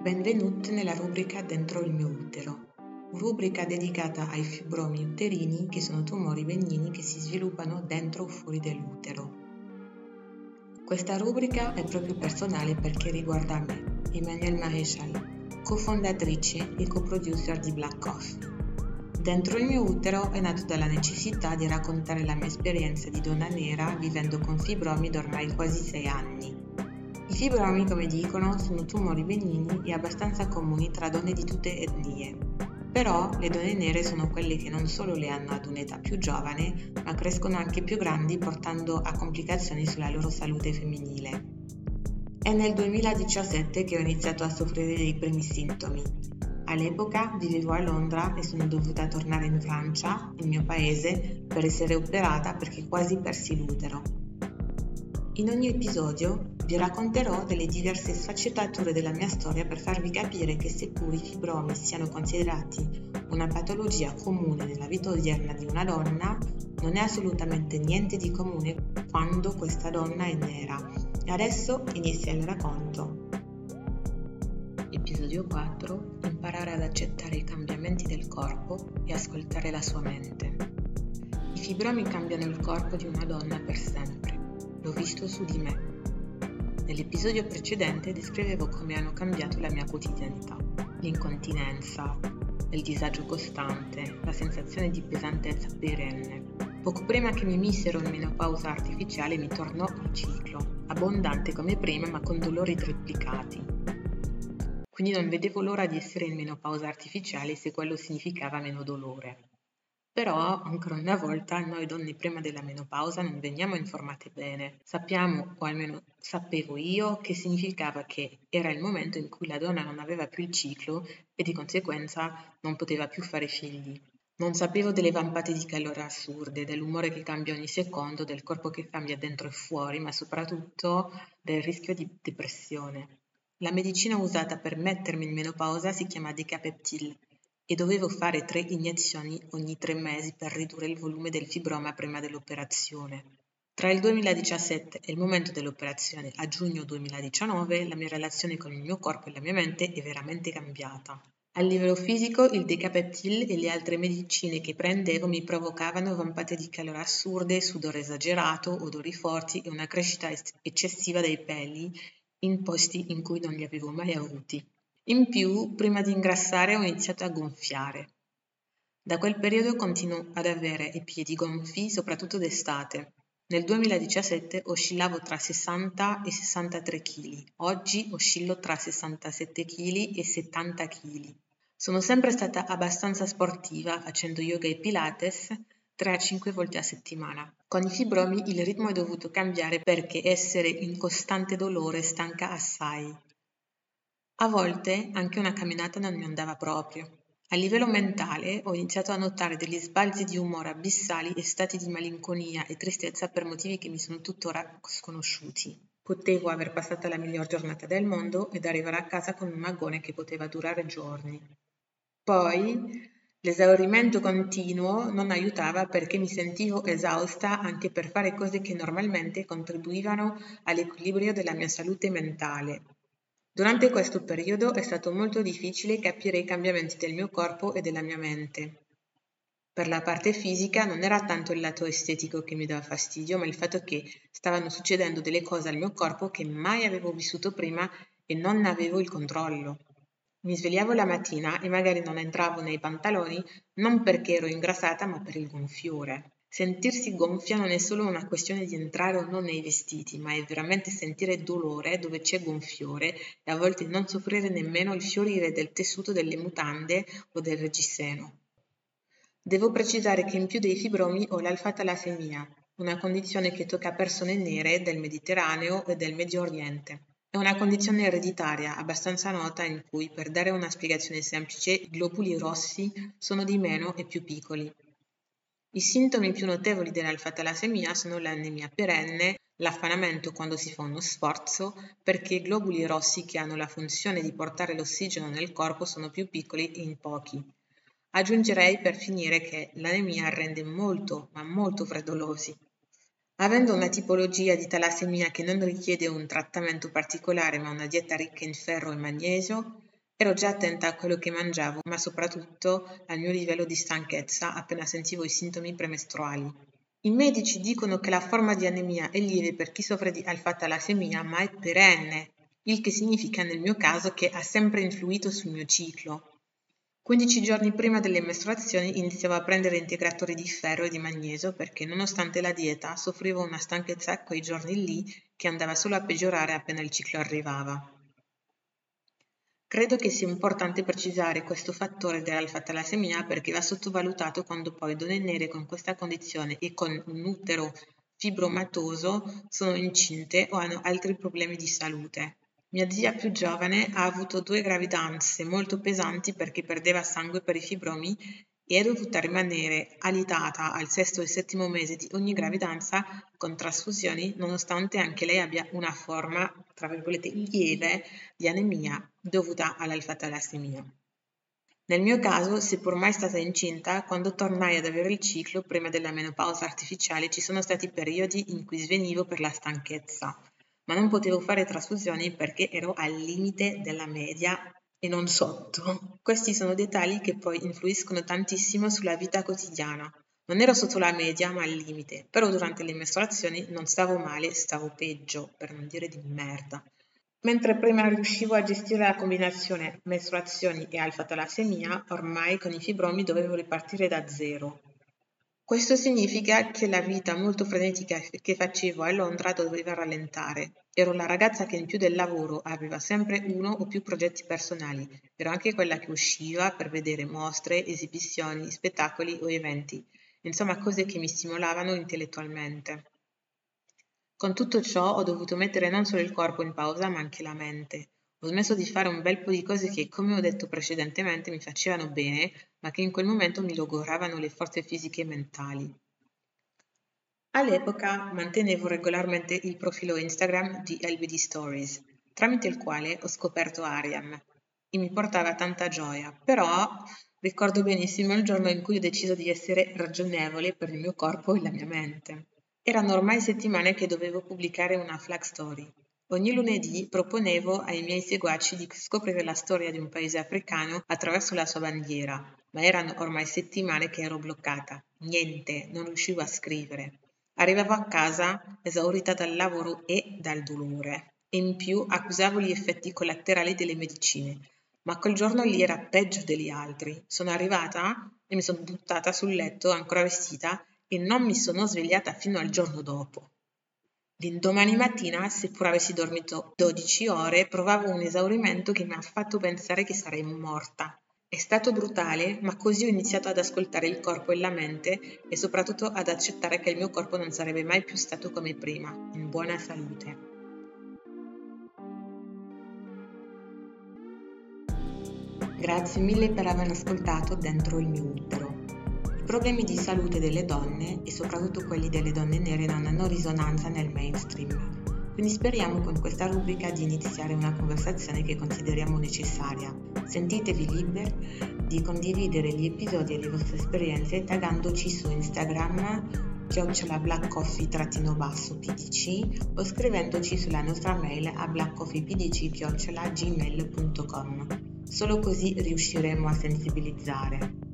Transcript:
Benvenuti nella rubrica Dentro il mio utero, rubrica dedicata ai fibromi uterini che sono tumori benigni che si sviluppano dentro o fuori dell'utero. Questa rubrica è proprio personale perché riguarda me, Emmanuelle Maréchal, cofondatrice e coproducer di Black Coffee. Dentro il mio utero è nato dalla necessità di raccontare la mia esperienza di donna nera vivendo con fibromi da ormai quasi 6 anni. I fibromi, come dicono, sono tumori benigni e abbastanza comuni tra donne di tutte etnie. Però le donne nere sono quelle che non solo le hanno ad un'età più giovane, ma crescono anche più grandi portando a complicazioni sulla loro salute femminile. È nel 2017 che ho iniziato a soffrire dei primi sintomi. All'epoca vivevo a Londra e sono dovuta tornare in Francia, il mio paese, per essere operata perché quasi persi l'utero. In ogni episodio vi racconterò delle diverse sfaccettature della mia storia per farvi capire che seppur i fibromi siano considerati una patologia comune nella vita odierna di una donna, non è assolutamente niente di comune quando questa donna è nera. E adesso inizia il racconto. Episodio 4. Imparare ad accettare i cambiamenti del corpo e ascoltare la sua mente. I fibromi cambiano il corpo di una donna per sempre. L'ho visto su di me. Nell'episodio precedente descrivevo come hanno cambiato la mia quotidianità. L'incontinenza, il disagio costante, la sensazione di pesantezza perenne. Poco prima che mi missero in menopausa artificiale mi tornò il ciclo, abbondante come prima ma con dolori triplicati. Quindi non vedevo l'ora di essere in menopausa artificiale se quello significava meno dolore. Però, ancora una volta, noi donne prima della menopausa non veniamo informate bene. Sappiamo, o almeno sapevo io, che significava che era il momento in cui la donna non aveva più il ciclo e di conseguenza non poteva più fare figli. Non sapevo delle vampate di calore assurde, dell'umore che cambia ogni secondo, del corpo che cambia dentro e fuori, ma soprattutto del rischio di depressione. La medicina usata per mettermi in menopausa si chiama Decapeptyl e dovevo fare 3 iniezioni ogni 3 mesi per ridurre il volume del fibroma prima dell'operazione. Tra il 2017 e il momento dell'operazione a giugno 2019 la mia relazione con il mio corpo e la mia mente è veramente cambiata. A livello fisico il Decapeptyl e le altre medicine che prendevo mi provocavano vampate di calore assurde, sudore esagerato, odori forti e una crescita eccessiva dei peli in posti in cui non li avevo mai avuti. In più, prima di ingrassare ho iniziato a gonfiare. Da quel periodo continuo ad avere i piedi gonfi, soprattutto d'estate. Nel 2017 oscillavo tra 60 e 63 kg, oggi oscillo tra 67 kg e 70 kg. Sono sempre stata abbastanza sportiva, facendo yoga e pilates 3 a 5 volte a settimana. Con i fibromi il ritmo è dovuto cambiare perché essere in costante dolore stanca assai. A volte anche una camminata non mi andava proprio. A livello mentale ho iniziato a notare degli sbalzi di umore abissali e stati di malinconia e tristezza per motivi che mi sono tuttora sconosciuti. Potevo aver passato la miglior giornata del mondo ed arrivare a casa con un magone che poteva durare giorni. Poi l'esaurimento continuo non aiutava perché mi sentivo esausta anche per fare cose che normalmente contribuivano all'equilibrio della mia salute mentale. Durante questo periodo è stato molto difficile capire i cambiamenti del mio corpo e della mia mente. Per la parte fisica non era tanto il lato estetico che mi dava fastidio, ma il fatto che stavano succedendo delle cose al mio corpo che mai avevo vissuto prima e non ne avevo il controllo. Mi svegliavo la mattina e magari non entravo nei pantaloni non perché ero ingrassata, ma per il gonfiore. Sentirsi gonfia non è solo una questione di entrare o non nei vestiti, ma è veramente sentire dolore dove c'è gonfiore e a volte non soffrire nemmeno il fiorire del tessuto delle mutande o del reggiseno. Devo precisare che in più dei fibromi ho l'alfa-talassemia, una condizione che tocca persone nere del Mediterraneo e del Medio Oriente. È una condizione ereditaria abbastanza nota in cui, per dare una spiegazione semplice, i globuli rossi sono di meno e più piccoli. I sintomi più notevoli dell'alfa-talassemia sono l'anemia perenne, l'affanamento quando si fa uno sforzo, perché i globuli rossi che hanno la funzione di portare l'ossigeno nel corpo sono più piccoli e in pochi. Aggiungerei per finire che l'anemia rende molto, ma molto freddolosi. Avendo una tipologia di talassemia che non richiede un trattamento particolare ma una dieta ricca in ferro e magnesio, Ero già attenta a quello che mangiavo, ma soprattutto al mio livello di stanchezza appena sentivo i sintomi premestruali. I medici dicono che la forma di anemia è lieve per chi soffre di alfa-talassemia, ma è perenne, il che significa nel mio caso che ha sempre influito sul mio ciclo. 15 giorni prima delle mestruazioni iniziavo a prendere integratori di ferro e di magnesio perché nonostante la dieta soffrivo una stanchezza quei giorni lì che andava solo a peggiorare appena il ciclo arrivava. Credo che sia importante precisare questo fattore dell'alfa-talassemia perché va sottovalutato quando poi donne nere con questa condizione e con un utero fibromatoso sono incinte o hanno altri problemi di salute. Mia zia più giovane ha avuto 2 gravidanze molto pesanti perché perdeva sangue per i fibromi e è dovuta rimanere alitata al 6° e 7° mese di ogni gravidanza con trasfusioni, nonostante anche lei abbia una forma, tra virgolette, lieve di anemia dovuta all'alfa-talassemia. Nel mio caso, seppur mai stata incinta, quando tornai ad avere il ciclo prima della menopausa artificiale ci sono stati periodi in cui svenivo per la stanchezza, ma non potevo fare trasfusioni perché ero al limite della media e non sotto. Questi sono dettagli che poi influiscono tantissimo sulla vita quotidiana. Non ero sotto la media, ma al limite, però durante le mestruazioni non stavo male, stavo peggio, per non dire di merda. Mentre prima riuscivo a gestire la combinazione mestruazioni e alfa-talassemia, ormai con i fibromi dovevo ripartire da zero. Questo significa che la vita molto frenetica che facevo a Londra doveva rallentare. Ero la ragazza che in più del lavoro aveva sempre uno o più progetti personali. Ero anche quella che usciva per vedere mostre, esibizioni, spettacoli o eventi. Insomma, cose che mi stimolavano intellettualmente. Con tutto ciò ho dovuto mettere non solo il corpo in pausa, ma anche la mente. Ho smesso di fare un bel po' di cose che, come ho detto precedentemente, mi facevano bene, ma che in quel momento mi logoravano le forze fisiche e mentali. All'epoca mantenevo regolarmente il profilo Instagram di LBD Stories, tramite il quale ho scoperto Ariam e mi portava tanta gioia, però ricordo benissimo il giorno in cui ho deciso di essere ragionevole per il mio corpo e la mia mente. Erano ormai settimane che dovevo pubblicare una flag story. Ogni lunedì proponevo ai miei seguaci di scoprire la storia di un paese africano attraverso la sua bandiera, ma erano ormai settimane che ero bloccata. Niente, non riuscivo a scrivere. Arrivavo a casa esaurita dal lavoro e dal dolore e in più accusavo gli effetti collaterali delle medicine. Ma quel giorno lì era peggio degli altri. Sono arrivata e mi sono buttata sul letto ancora vestita e non mi sono svegliata fino al giorno dopo. L'indomani mattina, seppur avessi dormito 12 ore, provavo un esaurimento che mi ha fatto pensare che sarei morta. È stato brutale, ma così ho iniziato ad ascoltare il corpo e la mente e soprattutto ad accettare che il mio corpo non sarebbe mai più stato come prima, in buona salute. Grazie mille per aver ascoltato Dentro il mio utero. I problemi di salute delle donne e soprattutto quelli delle donne nere non hanno risonanza nel mainstream, quindi speriamo con questa rubrica di iniziare una conversazione che consideriamo necessaria. Sentitevi liberi di condividere gli episodi e le vostre esperienze taggandoci su Instagram @blackcoffee_pdc o scrivendoci sulla nostra mail a blackcoffeepdc@gmail.com. Solo così riusciremo a sensibilizzare.